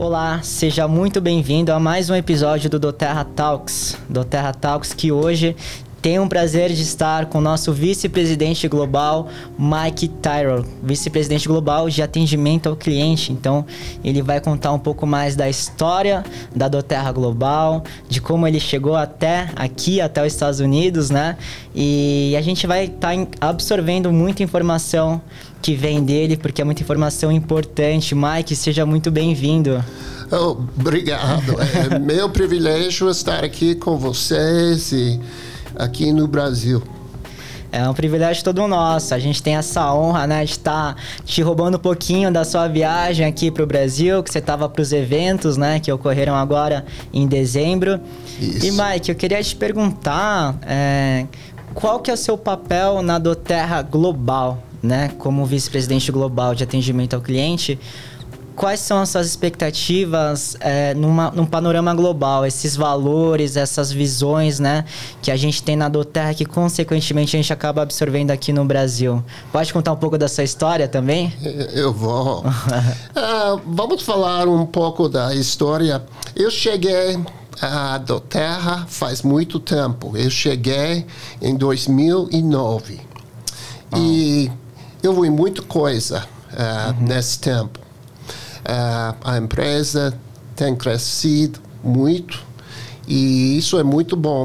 Olá, seja muito bem-vindo a mais um episódio do doTERRA Talks. doTERRA Talks que hoje tem o prazer de estar com o nosso vice-presidente global, Mike Tyrrell, vice-presidente global de atendimento ao cliente. Então, ele vai contar um pouco mais da história da doTERRA Global, de como ele chegou até aqui, até os Estados Unidos, né? E a gente vai estar absorvendo muita informação que vem dele, porque é muita informação importante. Mike, seja muito bem-vindo. Obrigado. É meu privilégio estar aqui com vocês e aqui no Brasil. É um privilégio todo nosso. A gente tem essa honra, né, de estar te roubando um pouquinho da sua viagem aqui para o Brasil, que você estava para os eventos, né, que ocorreram agora em dezembro. Isso. E, Mike, eu queria te perguntar qual que é o seu papel na doTERRA Global, né, como vice-presidente global de atendimento ao cliente. Quais são as suas expectativas num panorama global, esses valores, essas visões, né, que a gente tem na doTERRA que, consequentemente, a gente acaba absorvendo aqui no Brasil? Pode contar um pouco da sua história também? Eu vou. Vamos falar um pouco da história. Eu cheguei à doTERRA faz muito tempo. Eu cheguei em 2009. E eu vi muita coisa nesse tempo. A empresa tem crescido muito e isso é muito bom.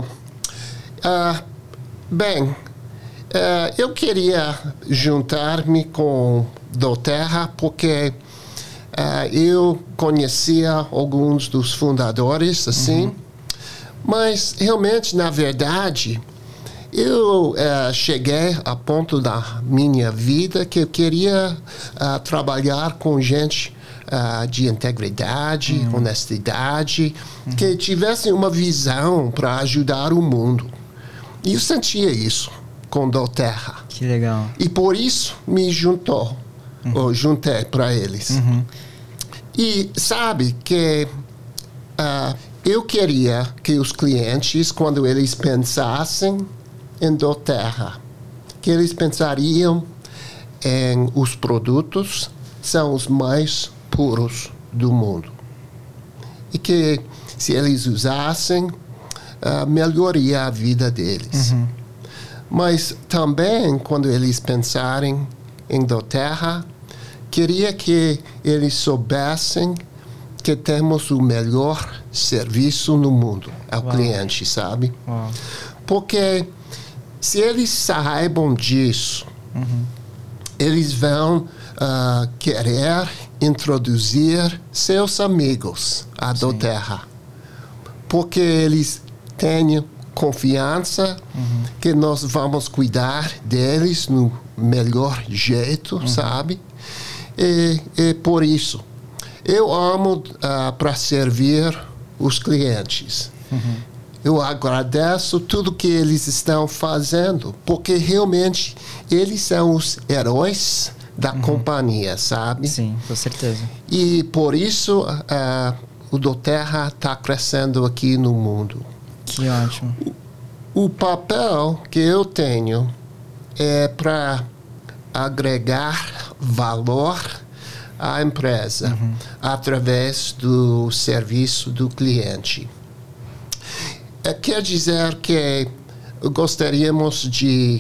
Eu queria juntar-me com doTERRA porque eu conhecia alguns dos fundadores, assim, mas realmente, na verdade, eu cheguei a ponto da minha vida que eu queria trabalhar com gente de integridade, honestidade, que tivesse uma visão para ajudar o mundo. E eu sentia isso com doTERRA. Que legal. E por isso me juntei para eles. E sabe que eu queria que os clientes, quando eles pensassem em doTERRA, que eles pensariam em os produtos são os mais puros do mundo. E que se eles usassem, melhoraria a vida deles. Mas também, quando eles pensarem em doTERRA, queria que eles soubessem que temos o melhor serviço no mundo ao cliente, sabe? Porque se eles saibam disso, eles vão querer introduzir seus amigos à doTERRA. Porque eles têm confiança que nós vamos cuidar deles no melhor jeito, sabe? E por isso, eu amo para servir os clientes. Eu agradeço tudo que eles estão fazendo, porque realmente eles são os heróis da companhia, sabe? Sim, com certeza. E por isso o doTERRA está crescendo aqui no mundo. Que ótimo. O papel que eu tenho é para agregar valor à empresa através do serviço do cliente. Quer dizer que gostaríamos de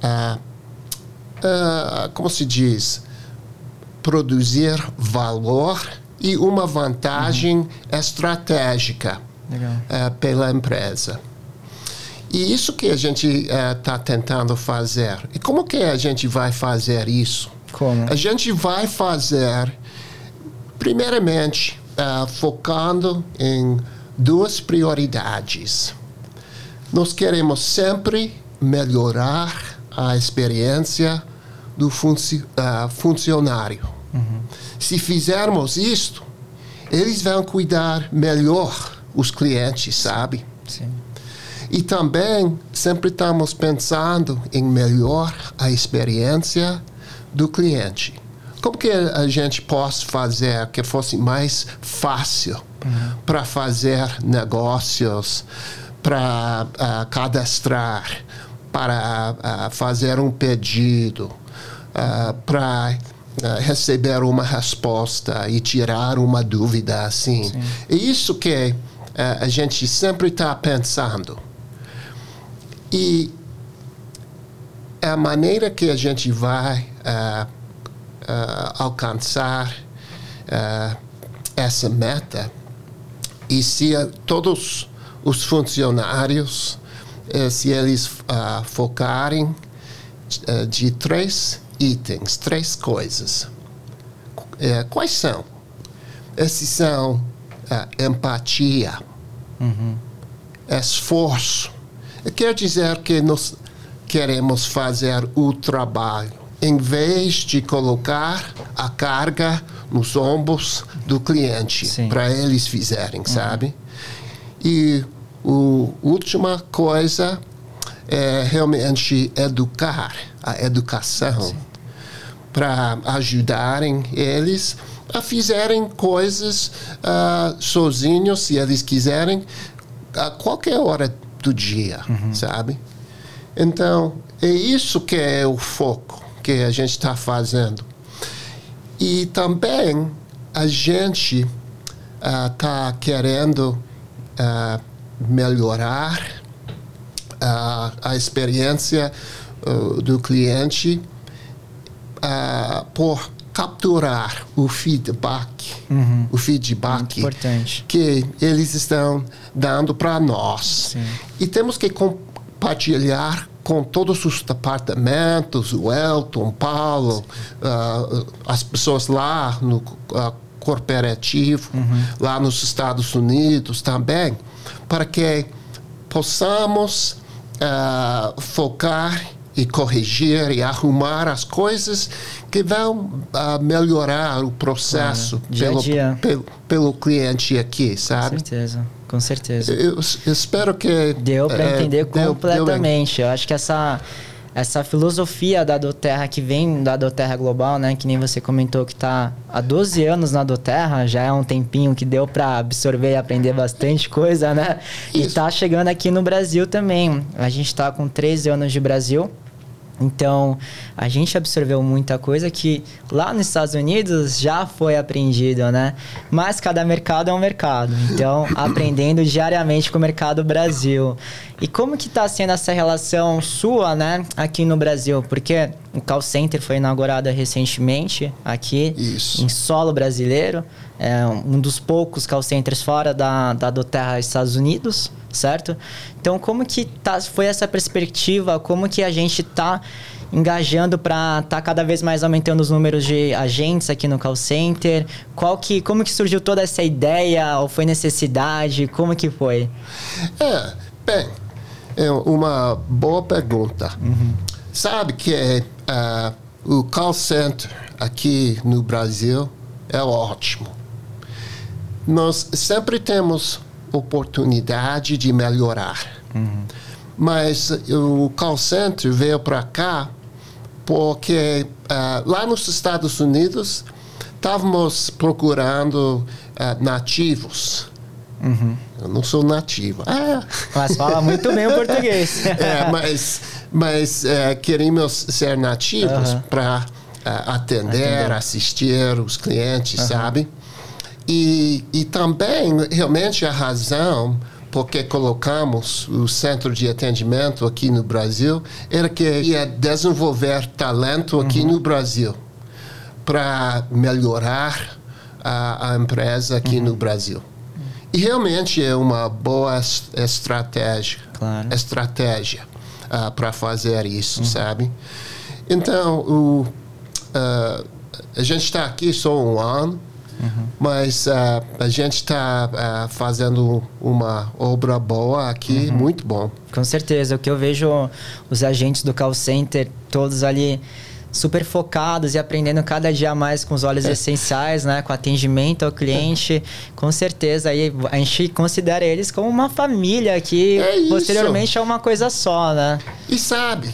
como se diz, produzir valor e uma vantagem estratégica pela empresa. E isso que a gente está tentando fazer. E como que a gente vai fazer isso? Como? A gente vai fazer, primeiramente, focando em duas prioridades. Nós queremos sempre melhorar a experiência do funcionário. Se fizermos isto, eles vão cuidar melhor os clientes, sabe? Sim. E também sempre estamos pensando em melhorar a experiência do cliente. Como que a gente pode fazer que fosse mais fácil para fazer negócios, para cadastrar, para fazer um pedido, para receber uma resposta e tirar uma dúvida assim. Sim. É isso que a gente sempre está pensando. E a maneira que a gente vai alcançar essa meta, e se todos os funcionários, se eles focarem de 3 itens, 3 coisas. Quais são? Esses são empatia, esforço. Quer dizer que nós queremos fazer o trabalho, em vez de colocar a carga nos ombros do cliente, para eles fizerem, sabe? E a última coisa é realmente educar, a educação, para ajudarem eles a fizerem coisas sozinhos, se eles quiserem, a qualquer hora do dia, sabe? Então, é isso que é o foco que a gente está fazendo. E também a gente está querendo melhorar a experiência do cliente por capturar o feedback, Muito importante. Que eles estão dando para nós. Sim. E temos que compartilhar com todos os departamentos, o Elton, Paulo, as pessoas lá no corporativo, lá nos Estados Unidos também, para que possamos focar e corrigir e arrumar as coisas que vão melhorar o processo dia a dia. pelo cliente aqui, sabe? Com certeza. Eu espero que... Deu para entender completamente. Eu acho que essa filosofia da Doterra, que vem da Doterra Global, né? Que nem você comentou que está há 12 anos na Doterra, já é um tempinho que deu para absorver e aprender bastante coisa, né? Isso. E está chegando aqui no Brasil também. A gente está com 13 anos de Brasil. Então, a gente absorveu muita coisa que lá nos Estados Unidos já foi aprendido, né? Mas cada mercado é um mercado. Então, aprendendo diariamente com o mercado Brasil. E como que está sendo essa relação sua, né, aqui no Brasil? Porque o call center foi inaugurado recentemente aqui em solo brasileiro. É um dos poucos call centers fora da Doterra Estados Unidos, certo? Então, como que foi essa perspectiva? Como que a gente está engajando para estar cada vez mais aumentando os números de agentes aqui no call center? Como que surgiu toda essa ideia? Ou foi necessidade? Como que foi? Bem, é uma boa pergunta. Sabe que o call center aqui no Brasil é ótimo. Nós sempre temos oportunidade de melhorar. Mas o call center veio para cá porque lá nos Estados Unidos estávamos procurando nativos. Eu não sou nativo. Mas fala muito bem o português. Mas queremos ser nativos para atender, assistir os clientes, sabe? E também, realmente, a razão porque colocamos o centro de atendimento aqui no Brasil era que ia desenvolver talento aqui no Brasil para melhorar a empresa aqui no Brasil. E realmente é uma boa estratégia para fazer isso, sabe? Então, a gente está aqui só um ano, mas a gente está fazendo uma obra boa aqui, muito bom. Com certeza. O que eu vejo os agentes do call center todos ali super focados e aprendendo cada dia mais com os óleos essenciais, né? Com atendimento ao cliente. Com certeza, aí a gente considera eles como uma família que posteriormente é uma coisa só, né? E sabe,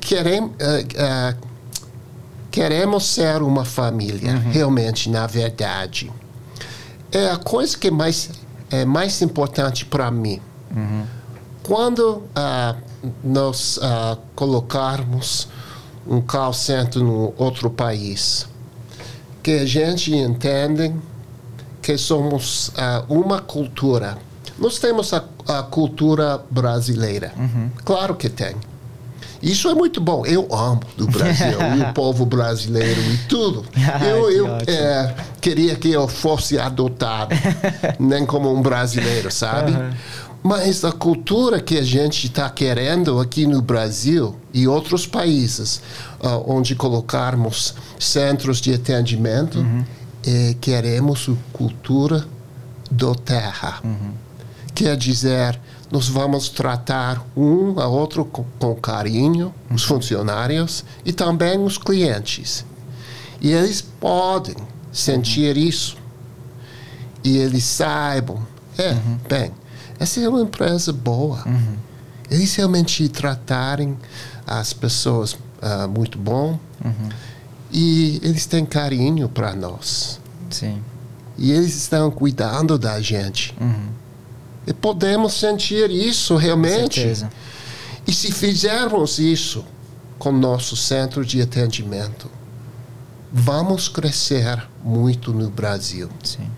queremos ser uma família, realmente, na verdade. É a coisa que é mais importante para mim. Quando nós colocarmos um call center no outro país, que a gente entende que somos uma cultura. Nós temos a cultura brasileira. Claro que tem. Isso é muito bom. Eu amo do Brasil e o povo brasileiro e tudo. Eu queria que eu fosse adotado, nem como um brasileiro, sabe? Mas a cultura que a gente está querendo aqui no Brasil e outros países, onde colocarmos centros de atendimento, queremos a cultura do terra. Quer dizer, nós vamos tratar um a outro com carinho, os funcionários e também os clientes. E eles podem sentir isso. E eles saibam, bem, essa é uma empresa boa. Eles realmente tratarem as pessoas muito bom. E eles têm carinho para nós. Sim. E eles estão cuidando da gente. E podemos sentir isso realmente. Com certeza. E se fizermos isso com nosso centro de atendimento, vamos crescer muito no Brasil. Sim.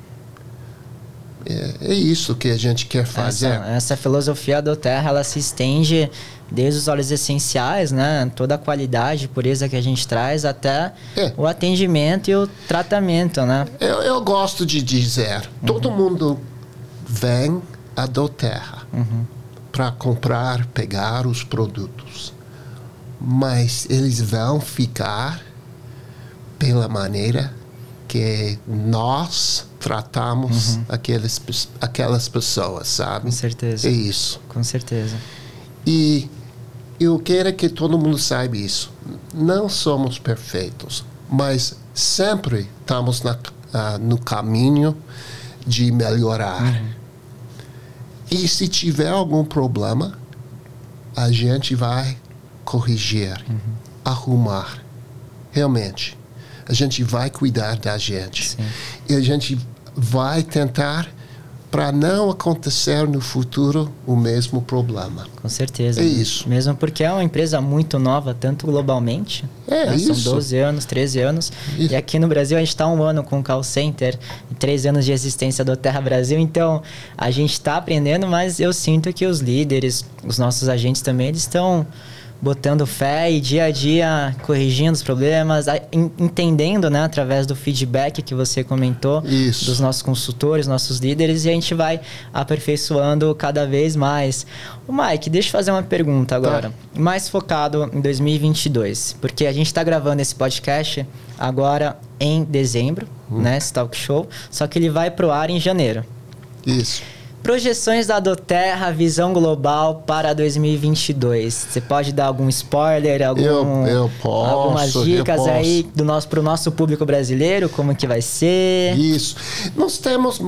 É isso que a gente quer fazer. Essa filosofia do Terra, ela se estende desde os óleos essenciais, né? Toda a qualidade, pureza que a gente traz, até o atendimento e o tratamento, né? Eu gosto de dizer, todo mundo vem a do Terra para comprar, pegar os produtos. Mas eles vão ficar pela maneira que nós tratamos aquelas pessoas, sabe? Com certeza. É isso. Com certeza. E eu quero que todo mundo saiba isso. Não somos perfeitos, mas sempre estamos no caminho de melhorar. E se tiver algum problema, a gente vai corrigir, arrumar. Realmente. A gente vai cuidar da gente. Sim. E a gente vai tentar para não acontecer no futuro o mesmo problema. Com certeza. É isso. Mesmo porque é uma empresa muito nova, tanto globalmente. Isso. São 12 anos, 13 anos. Isso. E aqui no Brasil a gente está 1 ano com o call center e 3 anos de existência do Terra Brasil. Então, a gente está aprendendo, mas eu sinto que os líderes, os nossos agentes também, eles estão botando fé e dia a dia corrigindo os problemas, entendendo, né, através do feedback que você comentou, Isso. dos nossos consultores, nossos líderes, e a gente vai aperfeiçoando cada vez mais. O Mike, deixa eu fazer uma pergunta agora, mais focado em 2022, porque a gente está gravando esse podcast agora em dezembro, né, esse talk show, só que ele vai pro ar em janeiro. Isso. Projeções da Doterra, visão global para 2022. Você pode dar algum spoiler, eu posso, algumas dicas aí para o nosso público brasileiro, como que vai ser? Isso. Nós temos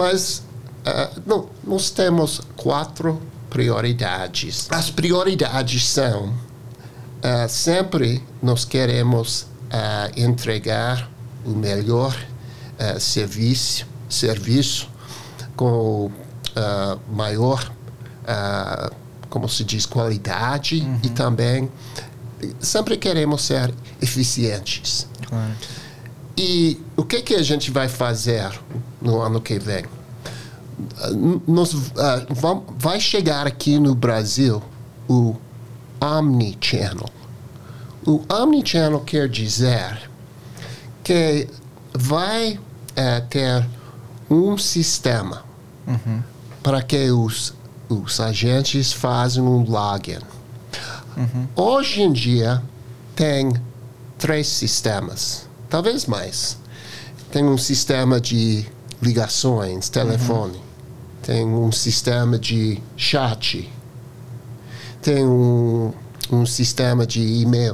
nós temos 4 prioridades. As prioridades são sempre nós queremos entregar o melhor serviço com maior, como se diz, qualidade e também sempre queremos ser eficientes. Claro. E o que a gente vai fazer no ano que vem? Vai chegar aqui no Brasil o Omnichannel. O Omnichannel quer dizer que vai ter um sistema para que os agentes façam um login. Hoje em dia, tem 3 sistemas, talvez mais. Tem um sistema de ligações, telefone. Tem um sistema de chat. Tem um sistema de e-mail.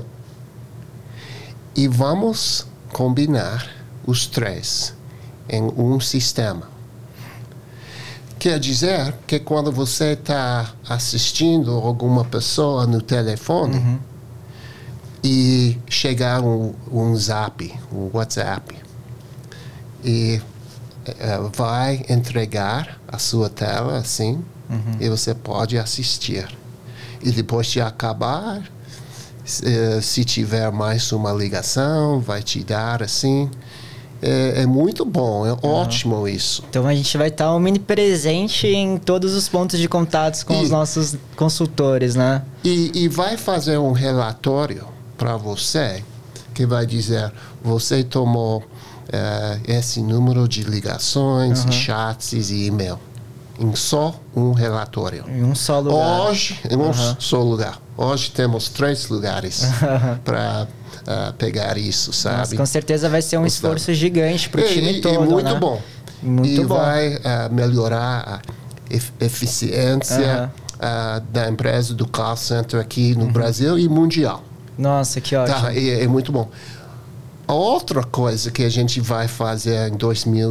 E vamos combinar os 3 em um sistema. Quer dizer que quando você está assistindo alguma pessoa no telefone e chegar um zap, um WhatsApp, e vai entregar a sua tela assim, e você pode assistir. E depois de acabar, se tiver mais uma ligação, vai te dar assim, é muito bom, é ótimo isso. Então a gente vai estar omnipresente em todos os pontos de contatos com os nossos consultores, né? E vai fazer um relatório para você que vai dizer, você tomou esse número de ligações, chats e e-mail. Em só um relatório. Em um só lugar. Hoje, em um só lugar. Hoje temos 3 lugares para pegar isso, sabe? Mas com certeza vai ser um esforço gigante para o time todo, muito né? bom. Muito bom. Vai melhorar a eficiência da empresa do call center aqui no Brasil e mundial. Nossa, que ótimo. Tá, é muito bom. A outra coisa que a gente vai fazer em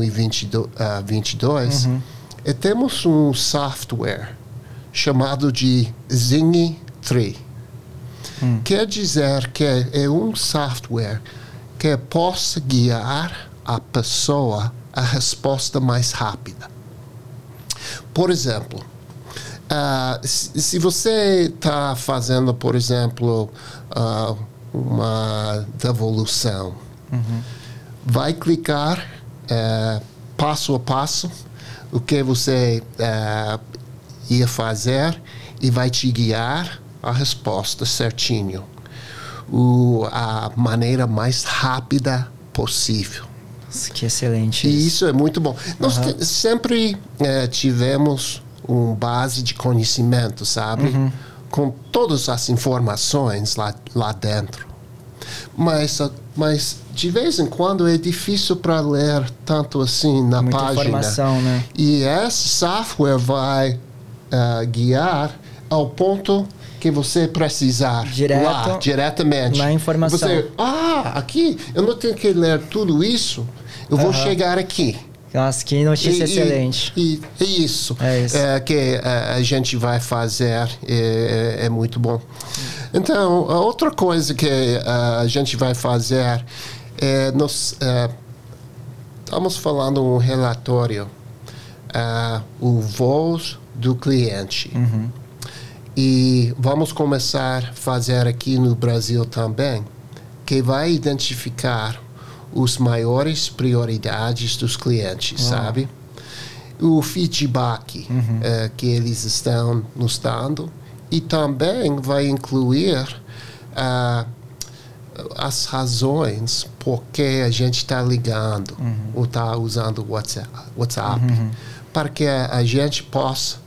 2022 é temos um software chamado de Zing 3. Quer dizer que é um software que possa guiar a pessoa a resposta mais rápida. Por exemplo, se você está fazendo, por exemplo, uma devolução, vai clicar passo a passo o que você ia fazer e vai te guiar a resposta certinho. A maneira mais rápida possível. Nossa, que excelente. E isso é muito bom. Nós sempre tivemos uma base de conhecimento, sabe? Com todas as informações lá dentro. Mas de vez em quando é difícil para ler tanto assim na muita página. Informação, né? E esse software vai guiar ao ponto que você precisar diretamente. Na informação. Você, aqui, eu não tenho que ler tudo isso, eu vou chegar aqui. Nossa, que notícia excelente. E isso, que a gente vai fazer, é muito bom. Então, a outra coisa que a gente vai fazer é nós estamos falando um relatório, o voz do cliente. E vamos começar a fazer aqui no Brasil também, que vai identificar os maiores prioridades dos clientes, sabe? O feedback que eles estão nos dando, e também vai incluir as razões por que a gente está ligando ou está usando o WhatsApp, para que a gente possa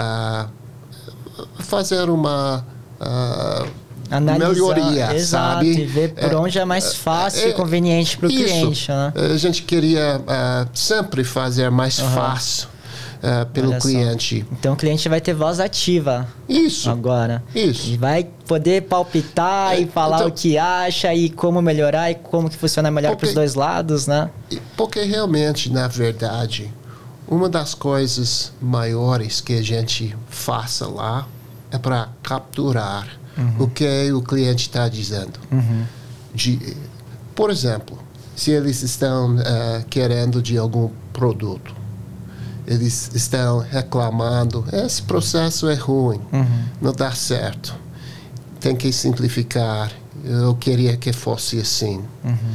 fazer uma melhoria, exato, sabe? E ver por onde é mais fácil e conveniente para o cliente, né? A gente queria sempre fazer mais fácil pelo cliente. Então o cliente vai ter voz ativa. Isso. Agora. Isso. E vai poder palpitar e falar o que acha e como melhorar e como que funciona melhor para os dois lados, né? Porque realmente, na verdade, uma das coisas maiores que a gente faça lá é para capturar o que o cliente está dizendo. Por exemplo, se eles estão querendo de algum produto, eles estão reclamando, esse processo é ruim, não dá certo, tem que simplificar, eu queria que fosse assim.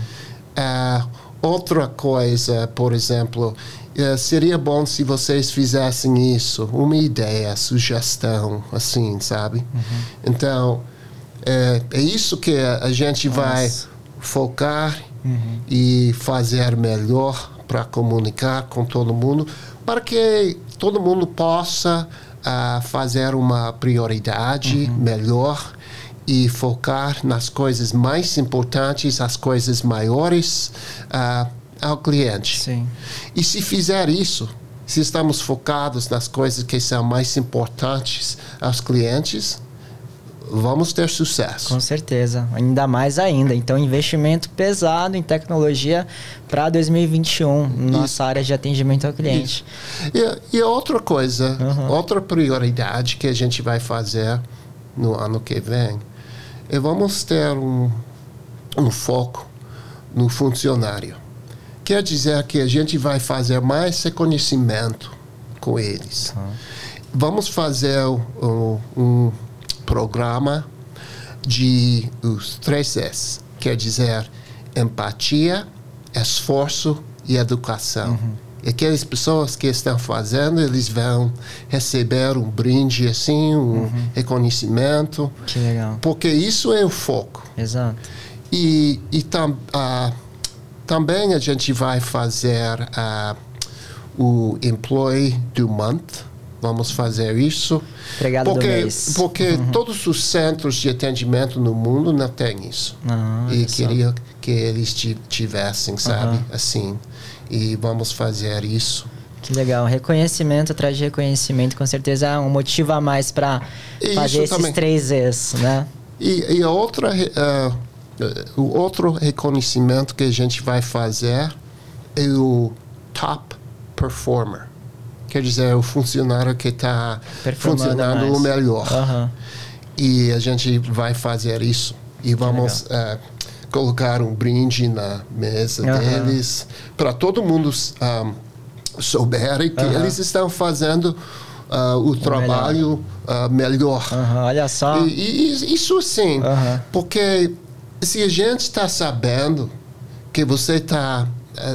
Outra coisa, por exemplo, seria bom se vocês fizessem isso, uma ideia, sugestão, assim, sabe? Então, é isso que a gente vai focar e fazer melhor para comunicar com todo mundo, para que todo mundo possa fazer uma prioridade melhor e focar nas coisas mais importantes, as coisas maiores ao cliente. Sim. E se fizer isso, se estamos focados nas coisas que são mais importantes aos clientes, vamos ter sucesso. Com certeza, ainda mais ainda. Então, investimento pesado em tecnologia para 2021, nossa área de atendimento ao cliente. E outra coisa, outra prioridade que a gente vai fazer no ano que vem, é vamos ter um foco no funcionário. Quer dizer que a gente vai fazer mais reconhecimento com eles. Vamos fazer um programa de os 3 S, quer dizer empatia, esforço e educação. E aquelas pessoas que estão fazendo, eles vão receber um brinde assim, reconhecimento. Que legal. Porque isso é o foco. Exato. E também a gente vai fazer o Employee do Month. Vamos fazer isso. Empregado do mês. Porque todos os centros de atendimento no mundo não têm isso. E queria que eles tivessem, sabe? Assim. E vamos fazer isso. Que legal. Reconhecimento atrás de reconhecimento, com certeza é um motivo a mais para fazer esses também. 3 E's, né? E a outra, o outro reconhecimento que a gente vai fazer é o Top Performer. Quer dizer, o funcionário que está funcionando o melhor. E a gente vai fazer isso. E vamos colocar um brinde na mesa deles, para todo mundo souber que eles estão fazendo o trabalho melhor. Olha só. E isso sim, porque se a gente está sabendo que você está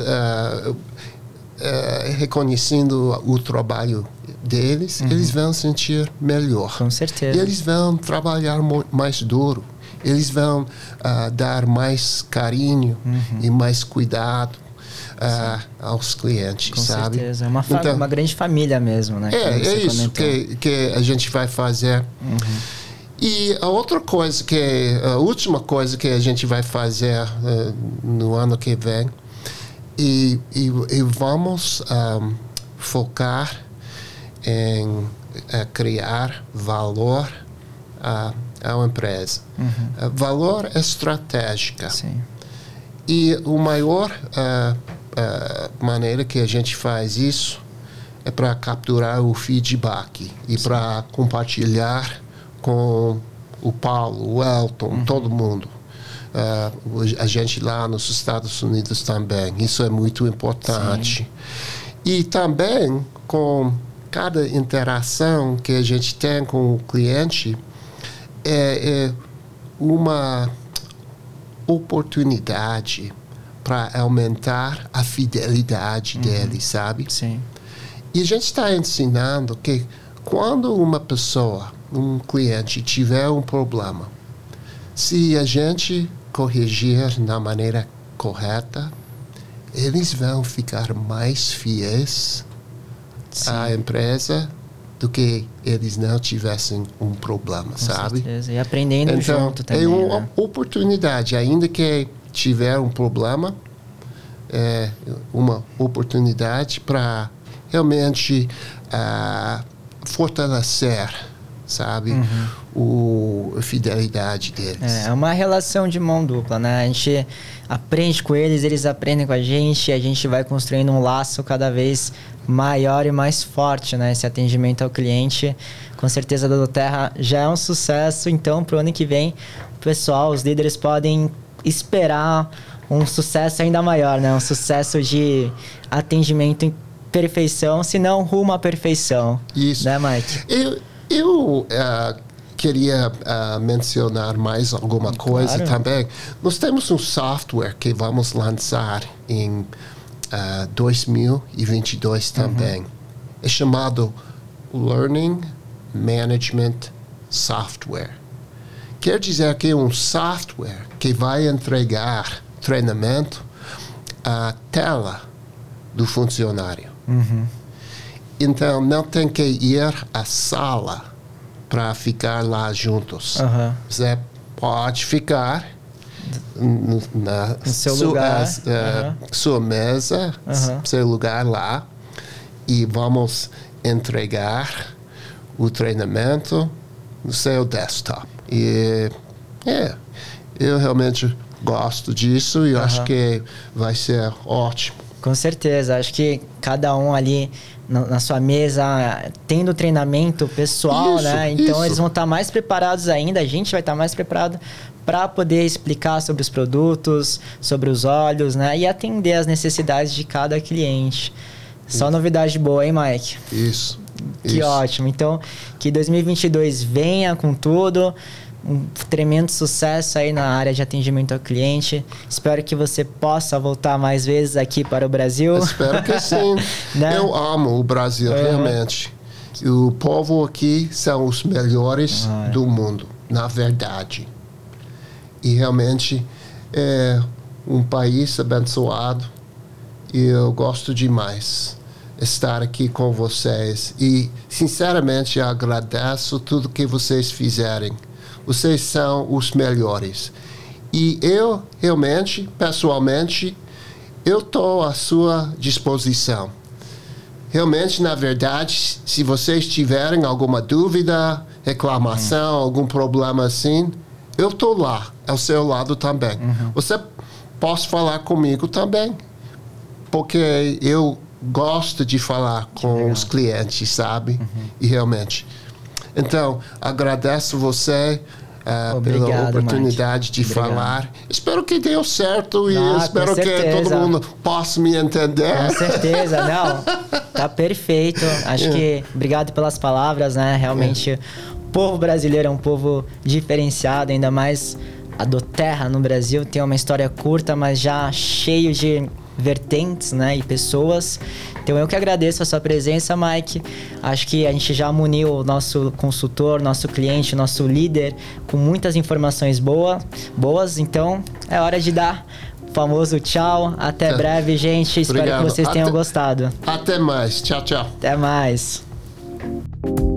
reconhecendo o trabalho deles, eles vão sentir melhor. Com certeza. E eles vão trabalhar mais duro. Eles vão dar mais carinho e mais cuidado aos clientes, com sabe? Com certeza. É uma grande família mesmo, né? É isso que a gente vai fazer. E a outra coisa, a última coisa que a gente vai fazer no ano que vem, e vamos focar em criar valor à empresa. Valor estratégico. Sim. E a maior maneira que a gente faz isso é para capturar o feedback e para compartilhar com o Paulo, o Elton, todo mundo. A gente lá nos Estados Unidos também. Isso é muito importante. Sim. E também, com cada interação que a gente tem com o cliente, é uma oportunidade para aumentar a fidelidade dele, sabe? Sim. E a gente está ensinando que quando uma pessoa, um cliente, tiver um problema, se a gente corrigir da maneira correta, eles vão ficar mais fiéis à empresa do que eles não tivessem um problema, sabe? Com certeza. E aprendendo junto também. É uma oportunidade, ainda que tiver um problema, é uma oportunidade para realmente fortalecer, sabe, a fidelidade deles. É uma relação de mão dupla, né? A gente aprende com eles, eles aprendem com a gente vai construindo um laço cada vez maior e mais forte, né? Esse atendimento ao cliente, com certeza, da doTERRA já é um sucesso. Então, para o ano que vem, o pessoal, os líderes podem esperar um sucesso ainda maior, né? Um sucesso de atendimento em perfeição, se não rumo à perfeição. Isso. Né, Mike? Eu queria mencionar mais alguma coisa também. Nós temos um software que vamos lançar em 2022 também. É chamado Learning Management Software. Quer dizer que é um software que vai entregar treinamento à tela do funcionário. Então, não tem que ir à sala para ficar lá juntos. Você pode ficar no seu lugar, sua mesa, seu lugar lá, e vamos entregar o treinamento no seu desktop. E eu realmente gosto disso e acho que vai ser ótimo. Com certeza, acho que cada um ali na sua mesa, tendo treinamento pessoal, né? Então eles vão estar mais preparados ainda, a gente vai estar mais preparado para poder explicar sobre os produtos, sobre os olhos, né? E atender as necessidades de cada cliente. Só novidade boa, hein, Mike? Isso. Que Isso. ótimo. Então, que 2022 venha com tudo. Um tremendo sucesso aí na área de atendimento ao cliente. Espero que você possa voltar mais vezes aqui para o Brasil. Espero que sim. Né? Eu amo o Brasil, realmente. E o povo aqui são os melhores do mundo, na verdade. E realmente é um país abençoado. E eu gosto demais estar aqui com vocês. E, sinceramente, eu agradeço tudo que vocês fizerem. Vocês são os melhores. E eu, realmente, pessoalmente, eu estou à sua disposição. Realmente, na verdade, se vocês tiverem alguma dúvida, reclamação, algum problema assim, eu estou lá, ao seu lado também. Você pode falar comigo também, porque eu gosto de falar com os clientes, sabe? E realmente... Então, agradeço você pela oportunidade de falar. Espero que deu certo e espero que todo mundo possa me entender. Com certeza, não. Tá perfeito. Acho que obrigado pelas palavras, né? Realmente, o povo brasileiro é um povo diferenciado, ainda mais a doTERRA no Brasil. Tem uma história curta, mas já cheio de vertentes, né, e pessoas. Então eu que agradeço a sua presença, Mike. Acho que a gente já muniu o nosso consultor, nosso cliente, nosso líder com muitas informações boas. Então é hora de dar o famoso tchau. Até breve, gente. Espero que vocês tenham gostado. Até mais. Tchau, tchau. Até mais.